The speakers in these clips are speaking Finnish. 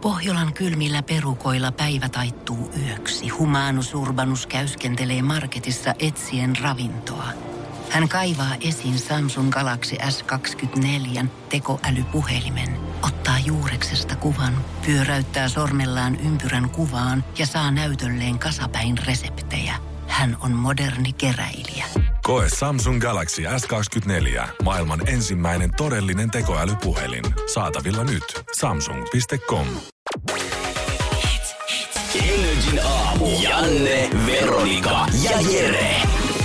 Pohjolan kylmillä perukoilla päivä taittuu yöksi. Humanus Urbanus käyskentelee marketissa etsien ravintoa. Hän kaivaa esiin Samsung Galaxy S24 tekoälypuhelimen, ottaa juureksesta kuvan, pyöräyttää sormellaan ympyrän kuvaan ja saa näytölleen kasapäin reseptejä. Hän on moderni keräilijä. Koe Samsung Galaxy S24. Maailman ensimmäinen todellinen tekoälypuhelin. Saatavilla nyt. Samsung.com. Energin aamu. Janne, Veronika ja Jere.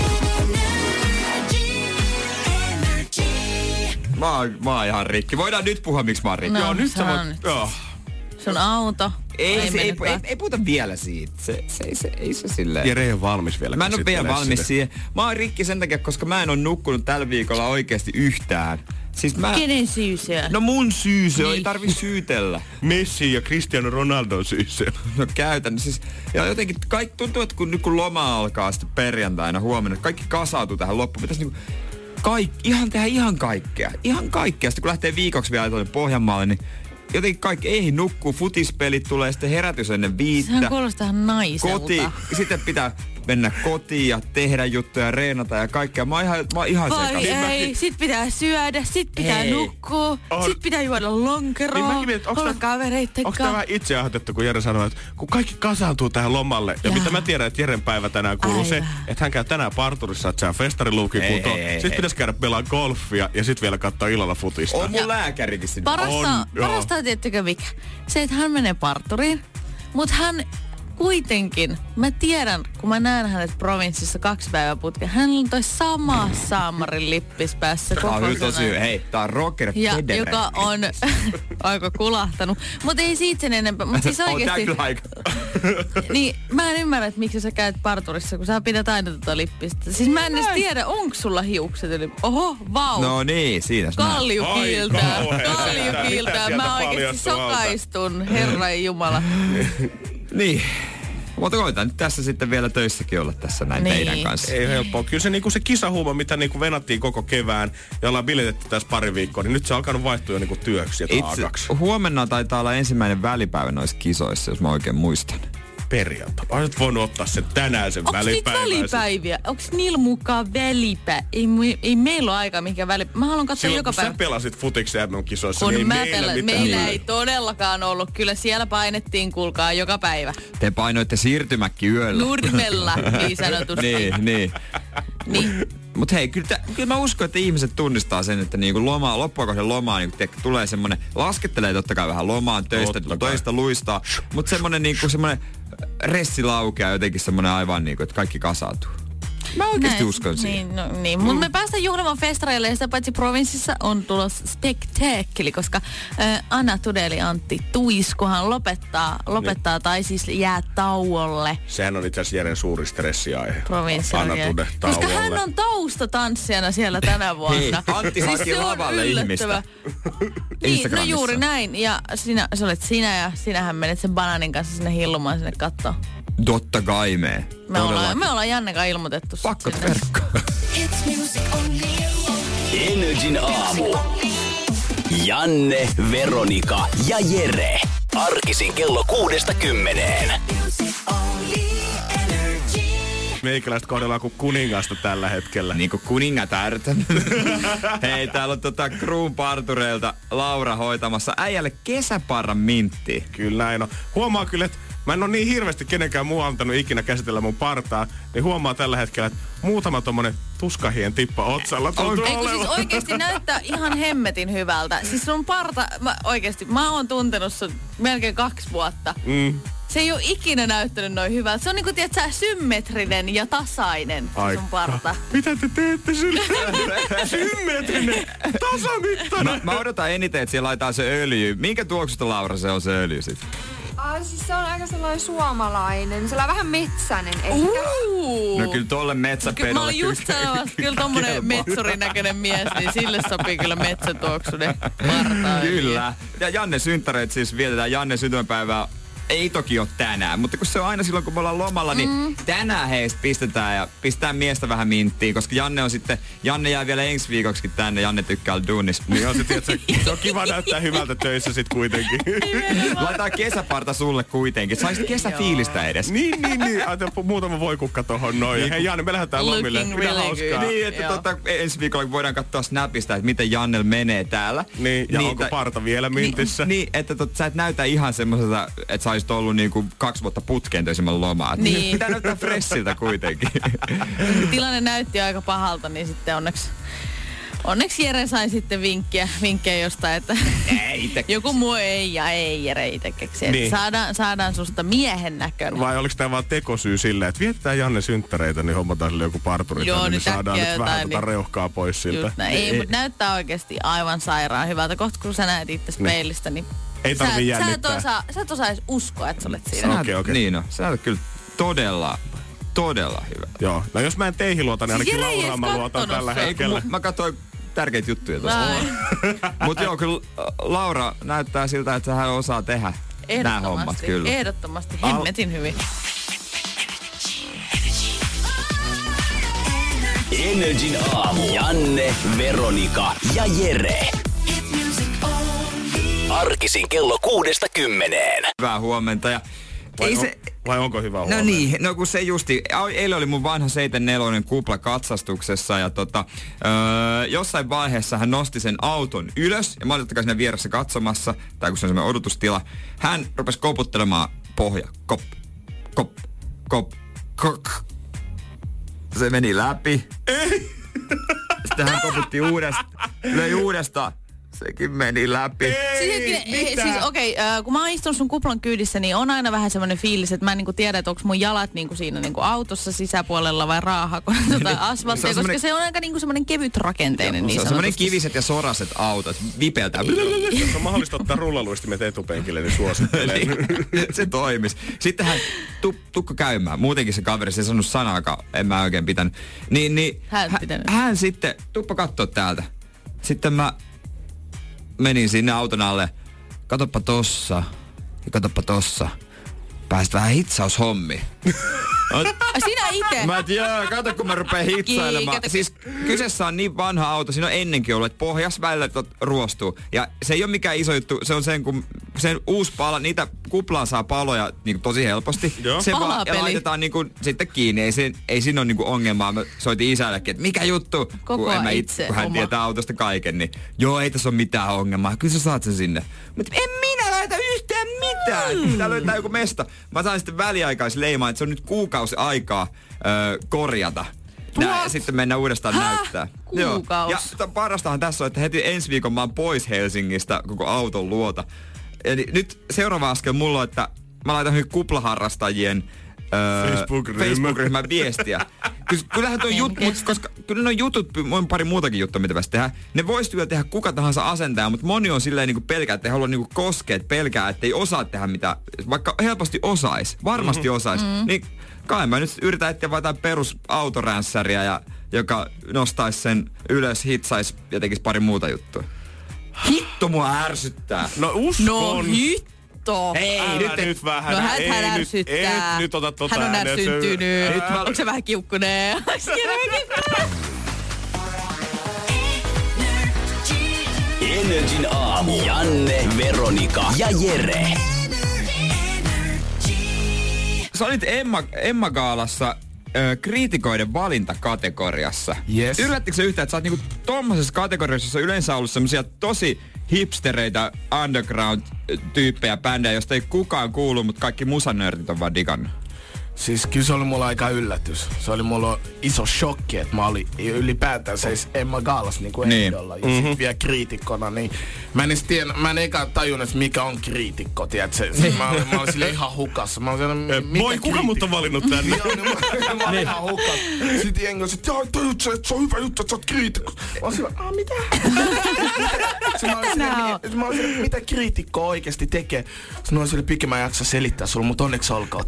Mä oon ihan rikki. Voidaan nyt puhua, miksi mä oon rikki. No, joo, nyt sä voit... Joo. Sun auto. Ei puhuta vielä siitä. Ei se silleen. Jere ei ole valmis vielä. Mä en ole vielä valmis siihen. Mä oon rikki sen takia, koska mä en ole nukkunut tällä viikolla oikeasti yhtään. Siis Kenen syy se on? No mun syy se on, ei tarvi syytellä. Messi ja Cristiano Ronaldo syy se on. No käytännössä siis. Ja jotenkin kaikki tuntuu, että kun loma alkaa sitten perjantaina huomenna, kaikki kasautuu tähän loppuun. Pitäisi niinku tehdä ihan kaikkea. Ihan kaikkea. Sitten kun lähtee viikoksi vielä tuonne Pohjanmaalle, niin jotenkin kaikki ei nukkuu, futispelit tulee, sitten herätys ennen 5. Sehän kuulostaa naiselta. Sitten pitää mennä kotiin ja tehdä juttuja, reenata ja kaikkea. Mä oon ihan vai sekaisin. ei, sit pitää syödä, sit pitää nukkua, sit pitää juoda lonkeroa, olla kavereitten kanssa. Onko tämä itse ajatettu, kun Jere sanoi, että kun kaikki kasaantuu tähän lomalle, ja mitä mä tiedän, että Jeren päivä tänään kuuluu se, että hän käy tänään parturissa, että saa festariluukin kuntoon. Sitten pitäisi käydä pelaa golfia ja sit vielä katsoa illalla futista. On mun lääkärikin sinne. Parasta on tiettykö mikä? Se, että hän menee parturiin, mutta hän kuitenkin, mä tiedän, kun mä näen hänet provinssissa 2 päivää putkeen, hänellä on toi sama saamarin lippis päässä koko ajan. Hei, tää on Roger Federer. Joka on aika kulahtanut. Mutta ei siitä sen enempää. Mutta siis oikeesti... niin, mä en ymmärrä, että miksi sä käyt parturissa, kun sä pidät aina tota lippistä. Siis mä en edes tiedä, onko sulla hiukset. Eli, oho, vau. No niin, siinä. Kallio kiiltää. Mä oikeesti sokaistun, Herran Jumala. Niin. Mutta koitaan nyt tässä sitten vielä töissäkin olla tässä näin teidän kanssa. Ei helppoa. Kyllä se, niinku se kisahuuma, mitä niinku venattiin koko kevään ja ollaan biletetty tässä pari viikkoa, niin nyt se on alkanut vaihtua jo niinku työksi ja taakaksi. Huomenna taitaa olla ensimmäinen välipäivä noissa kisoissa, jos mä oikein muistan. Perjantai. Olisit voinut ottaa sen tänään sen välipäivän. Onko välipäiviä? Onko niillä mukaan välipäivä? Ei meillä ole aikaa mikä välipäivä. Mä haluan katsoa joka päivä. Sä pelasit futiksen kisoissa, kun niin meillä ei todellakaan ollut. Kyllä siellä painettiin, kuulkaa, joka päivä. Te painoitte siirtymäkki yöllä. Nurmella, niin sanotusti. niin. Mut hei, kyllä mä uskon, että ihmiset tunnistaa sen, että niinku loppuaikoisen lomaa niinku tulee semmonen, laskettelee totta kai vähän lomaan töistä luistaa, mutta semmonen niinku semmonen ressi laukeaa jotenkin semmonen aivan niinku, että kaikki kasautuu. Mä oikeesti uskon siihen. Niin. Mutta me päästään juhlimaan festareille ja sitä paitsi provinssissa on tulossa spektaakkeli, koska Anna Tudeli Antti Tuiskuhan lopettaa tai siis jää tauolle. Sehän on itse asiassa Jeren suuri stressiaihe. Anna Tude tauolle. Koska hän on taustatanssijana siellä tänä vuonna. Hei, Antti haki lavalle ihmistä. Niin, no juuri näin. Ja se olet sinä ja sinähän menet sen banaanin kanssa sinne hillumaan sinne kattoon. Totta kai me ollaan Jannekaan ilmoitettu. Pakko verkkoon. Energin aamu. Janne, Veronika ja Jere. Arkisin kello 6-10. Meikäläistä kohdellaan kuin kuningasta tällä hetkellä. Niin kuin kuningatärtä. Hei, täällä on Kruunpartureilta Laura hoitamassa äijälle kesäparran minttiä. Kyllä näin on. Huomaa kyllä, että mä en ole niin hirveästi kenenkään muu antanut ikinä käsitellä mun partaa, niin huomaa tällä hetkellä, että muutama tommonen tuskahien tippa otsalla tuntuu olevan. Siis oikeesti näyttää ihan hemmetin hyvältä. Siis sun parta, mä oon tuntenut sun melkein 2 vuotta. Se ei ole ikinä näyttänyt noin hyvältä. Se on niinku, tiedätkö, symmetrinen ja tasainen sun parta. Mitä te teette symmetrinen, tasamittainen? Mä odotan eniten, että siellä laitetaan se öljy. Minkä tuoksusta, Laura, se on se öljy sit? Siis se on aika sellainen suomalainen. Se on vähän metsäinen ehkä. No kyllä tolle metsäpedolle. Mä olin just sanomassa, kyllä tommonen metsurin näköinen mies, niin sille sopii kyllä metsätuoksunen partaa. Kyllä. Ja Janne synttäreet siis vietetään Janne syntymäpäivää ei toki ole tänään, mutta kun se on aina silloin, kun me ollaan lomalla, niin tänään heistä pistetään miestä vähän minttiin, koska Janne jää vielä ensi viikoksikin tänne, Janne tykkää olla duunissa. Niin on se, tietysti, se on kiva näyttää hyvältä töissä sit kuitenkin. Laitetaan kesäparta sulle kuitenkin, saisit kesäfiilistä edes. Niin. Ajatellaan muutama voikukka tohon noin. Hei Janne, me lähdetään lomille. Mitä hauskaa. Niin, että ensi viikolla voidaan katsoa Snapista, että miten Jannel menee täällä. Niin, ja onko parta vielä mintissä? Niin, että sä et näytä ihan semmoiselta, että sä olisit ollut niinku 2 vuotta putkeen töisimmän lomaa. Niin. Pitää näyttää fressiltä kuitenkin. Tilanne näytti aika pahalta, niin sitten onneksi Jere sai sitten vinkkejä jostain, että joku muu ei Jere itse keksi. Niin. Saadaan susta miehen näköinen. Vai oliko tämä vaan tekosyy silleen, että vietetään Janne synttäreitä, niin hommataan sille joku parturi, niin saadaan nyt vähän reuhkaa pois siltä. Ei, mutta näyttää oikeasti aivan sairaan hyvältä. Kohta kun sä näet itse peilistä, niin ei tarvii jännittää. Sä et osaa edes uskoa, että sä olet siinä. Okei. Niin on. Sä olet kyllä todella hyvä. Joo. No jos mä en teihin luota, niin ainakin Lauraan mä luotan tällä hetkellä. Mä katsoin tärkeitä juttuja tuossa. Mutta joo, kyllä Laura näyttää siltä, että hän osaa tehdä nämä hommat kyllä. Ehdottomasti. Hemmetin hyvin. Energin aamu. Janne, Veronika ja Jere. Arkisin kello 6-10. Hyvää huomenta ja vai onko hyvä huomenta? No niin, no kun se justi, eilen oli mun vanha 74 kupla katsastuksessa ja jossain vaiheessa hän nosti sen auton ylös ja mä olin totta siinä vieressä katsomassa, tai kun se on semmoinen odotustila, hän rupesi koputtelemaan pohja. Kop. Se meni läpi. Sitten hän koputti löi uudestaan. Sekin meni läpi. Kun mä oon istunut sun kuplan kyydissä, niin on aina vähän semmoinen fiilis, että mä en niinku tiedä, että onko mun jalat niinku siinä niinku autossa sisäpuolella vai raahaako asfalttia, koska se on aika niinku semmoinen kevyt rakenteinen. Se on semmoinen kiviset ja soraset autot, vipeltää. Jos on mahdollista ottaa rullaluistimet etupenkille, niin suosittelen. Se toimis. Sitten hän tukko käymään. Muutenkin se kaveri, se ei sanonut sanaakaan, en mä oikein pitänyt. Hän sitten, tuppa kattoo täältä. Sitten mä menin sinne auton alle. Katoppa tossa. Pääsit vähän hitsaushommiin. Sinä ite? Mä joo, kato kun mä rupeen hitsailemaan. Siis kyseessä on niin vanha auto, siinä on ennenkin ollut, että pohjas välillä ruostuu. Ja se ei ole mikään iso juttu, se on sen, kun sen uusi pala, niitä kuplaan saa paloja niin tosi helposti. Joo. Se vaan ja laitetaan niin kuin, sitten kiinni, ei siinä ole niin kuin ongelmaa. Mä soitin isällekin, että mikä juttu, kun hän tietää autosta kaiken. Niin, joo, ei tässä ole mitään ongelmaa, kyllä sä saat sen sinne. Mutta en minä laita yhtään mitään. Täällä löytää joku mesta. Mä sain sitten väliaikaisleimaa, että se on nyt kuukausi aikaa korjata. Sitten mennään uudestaan näyttää. Kuukausi. Ja parastahan tässä on, että heti ensi viikon mä oon pois Helsingistä koko auton luota. Eli nyt seuraava askel mulla on, että mä laitan nyt kuplaharrastajien Facebook-ryhmän viestiä. Kyllähän tuo koska kyllä nuo jutut, on pari muutakin juttua, mitä pitäisi tehdä. Ne voisi vielä tehdä kuka tahansa asentaja, mutta moni on silleen niinku pelkää, että ei halua niinku koskea, että pelkää, että ei osaa tehdä mitään. Vaikka helposti osais, varmasti osais. Niin kai mä nyt yritän etsiä vaan jotain perusautoränsäriä, joka nostaisi sen ylös, hitsaisi ja tekisi pari muuta juttua. Hitto mua ärsyttää. No uskon. No hitto. Ei, nyt vähän. No hän ärsyttää. Nyt ota tota hän on ärsyntynyt. Onko se vähän kiukkuneen? Energin aamu. Janne, Veronika ja Jere. Sä olit Emma-gaalassa kriitikoiden valintakategoriassa. Yes. Yllättikö se yhtään, että sä oot niinku tommosessa kategoriassa, jossa yleensä ollut semmosia tosi hipstereitä, underground-tyyppejä, bändejä, josta ei kukaan kuulu, mutta kaikki musanörtit on vaan digannut? Siis kyllä se oli mulla aika yllätys. Se oli mulla iso shokki, että mä olin ylipäätään siis Emma Gaalas niinku ehdolla. Ja sit vielä kriitikkona, niin mä en eka tajunnut, että mikä on kriitikko, tiedätkö? Mä olin sille ihan hukassa. Mä olin moi, kuka mut on valinnut tänne? Mä olin ihan hukassa. Sitten jengi oli, että tajut sä, että se on hyvä juttu, että sä oot kriitikko. Mä olin sille, mitä? Mä olin sille, mitä kriitikko oikeesti tekee? Sitten mä olin sille, pikemmin mä jaksa selittää sulle, mutta onneksi olkoon.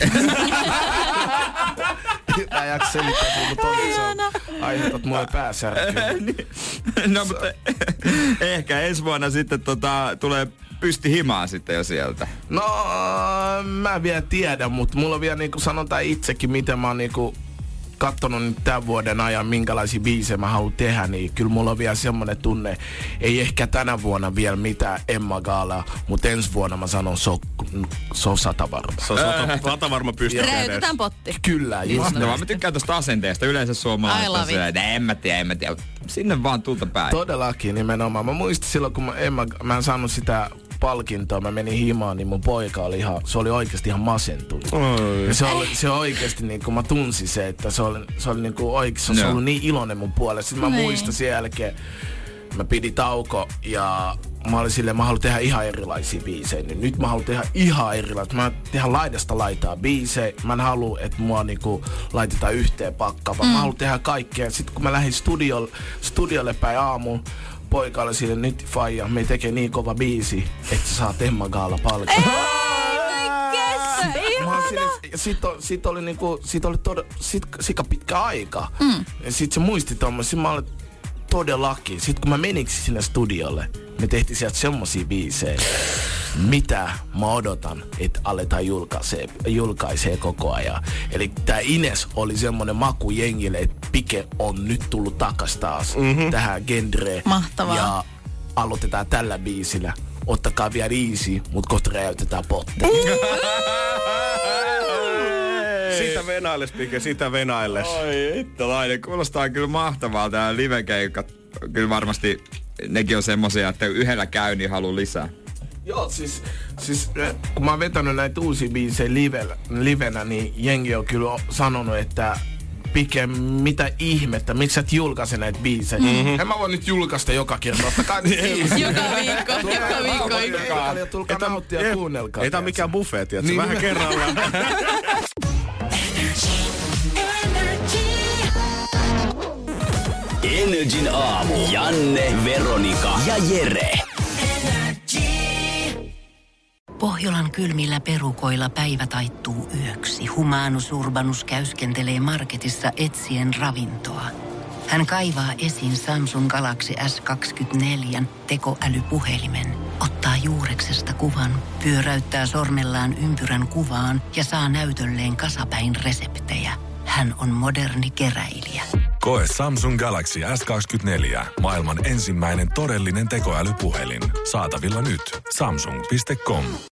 Mä jaksa selittää sulle, mutta onneksi aiheutat mulle pääsärkyä. No mutta ehkä ensi vuonna sitten tulee pysti himaan sitten jo sieltä? No, mä en vielä tiedä, mutta mulla on vielä niinku sanotaan itsekin, miten mä oon niinku kattonut nyt tämän vuoden ajan, minkälaisia biisejä mä haluan tehdä, niin kyllä mulla on vielä semmoinen tunne, ei ehkä tänä vuonna vielä mitään Emma Gaalaa, mutta ensi vuonna mä sanon, se on 100 varma. Se on 100 varma pystyy edes. Räytetään potti. Kyllä, just. No, mä tykkään tosta asenteesta. Yleensä suomalaista se, että en mä tiedä. Sinne vaan tulta päin. Todellakin nimenomaan. Mä muistin silloin, kun mä en saanut sitä palkintoa, mä menin himaan, niin mun poika oli oikeasti ihan masentunut. Ja se oikeasti niin kuin mä tunsin se, että se oli niin kuin oikeasti, se ollut niin iloinen mun puolesta. Sitten mä muistan sen jälkeen, mä pidin tauko ja mä olin silleen, mä haluan tehdä ihan erilaisia biisejä. Niin nyt mä haluan tehdä ihan erilaisia. Mä tehdä laidasta laitaa biisejä. Mä en halua, että mua niinku laitetaan yhteen pakkaan, vaan mä haluan tehdä kaikkea. Sitten kun mä lähdin studiolle päin aamuun, poika oli silleen, nyt faija, me tekee niin kova biisi, että sä saat Emma Gaala palkan. Sit oli sika pitkä aika. Ja sit se muisti tommosia, mä olin todellakin. Sit kun mä menin sinne studiolle, me tehtiin sieltä semmosia biisejä, mitä mä odotan, että aletaan julkaisee koko ajan. Eli tää Ines oli semmonen maku jengille, että Pike on nyt tullut takas taas tähän genreen. Mahtavaa. Ja aloitetaan tällä biisillä. Ottakaa vielä easy, mut kohta räjäytetään potte. Sitä venailles, Pike, sitä venailles. Oi ittolainen, kuulostaa kyllä mahtavaa tää livekeikat. Kyllä varmasti nekin on semmosia, että yhdellä käy, niin haluaa lisää. Joo, siis kun mä oon vetänyt näitä uusia biisejä livenä, niin jengi on kyllä sanonut, että Pike, mitä ihmettä, miksi sä et julkaise näitä biisejä? En mä voi nyt julkaista joka kerta, ottakaa nyt biisi. Joka viikko. Tulkaa nauttia ja kuunnelkaa. Ei tää mikään buffet, tiiätkö? Niin, vähän kerrallaan. Energin aamu. Janne, Veronika ja Jere. Pohjolan kylmillä perukoilla päivä taittuu yöksi. Humanus Urbanus käyskentelee marketissa etsien ravintoa. Hän kaivaa esiin Samsung Galaxy S24 tekoälypuhelimen, ottaa juureksesta kuvan, pyöräyttää sormellaan ympyrän kuvaan ja saa näytölleen kasapäin reseptejä. Hän on moderni keräilijä. Koe Samsung Galaxy S24. Maailman ensimmäinen todellinen tekoälypuhelin. Saatavilla nyt. Samsung.com.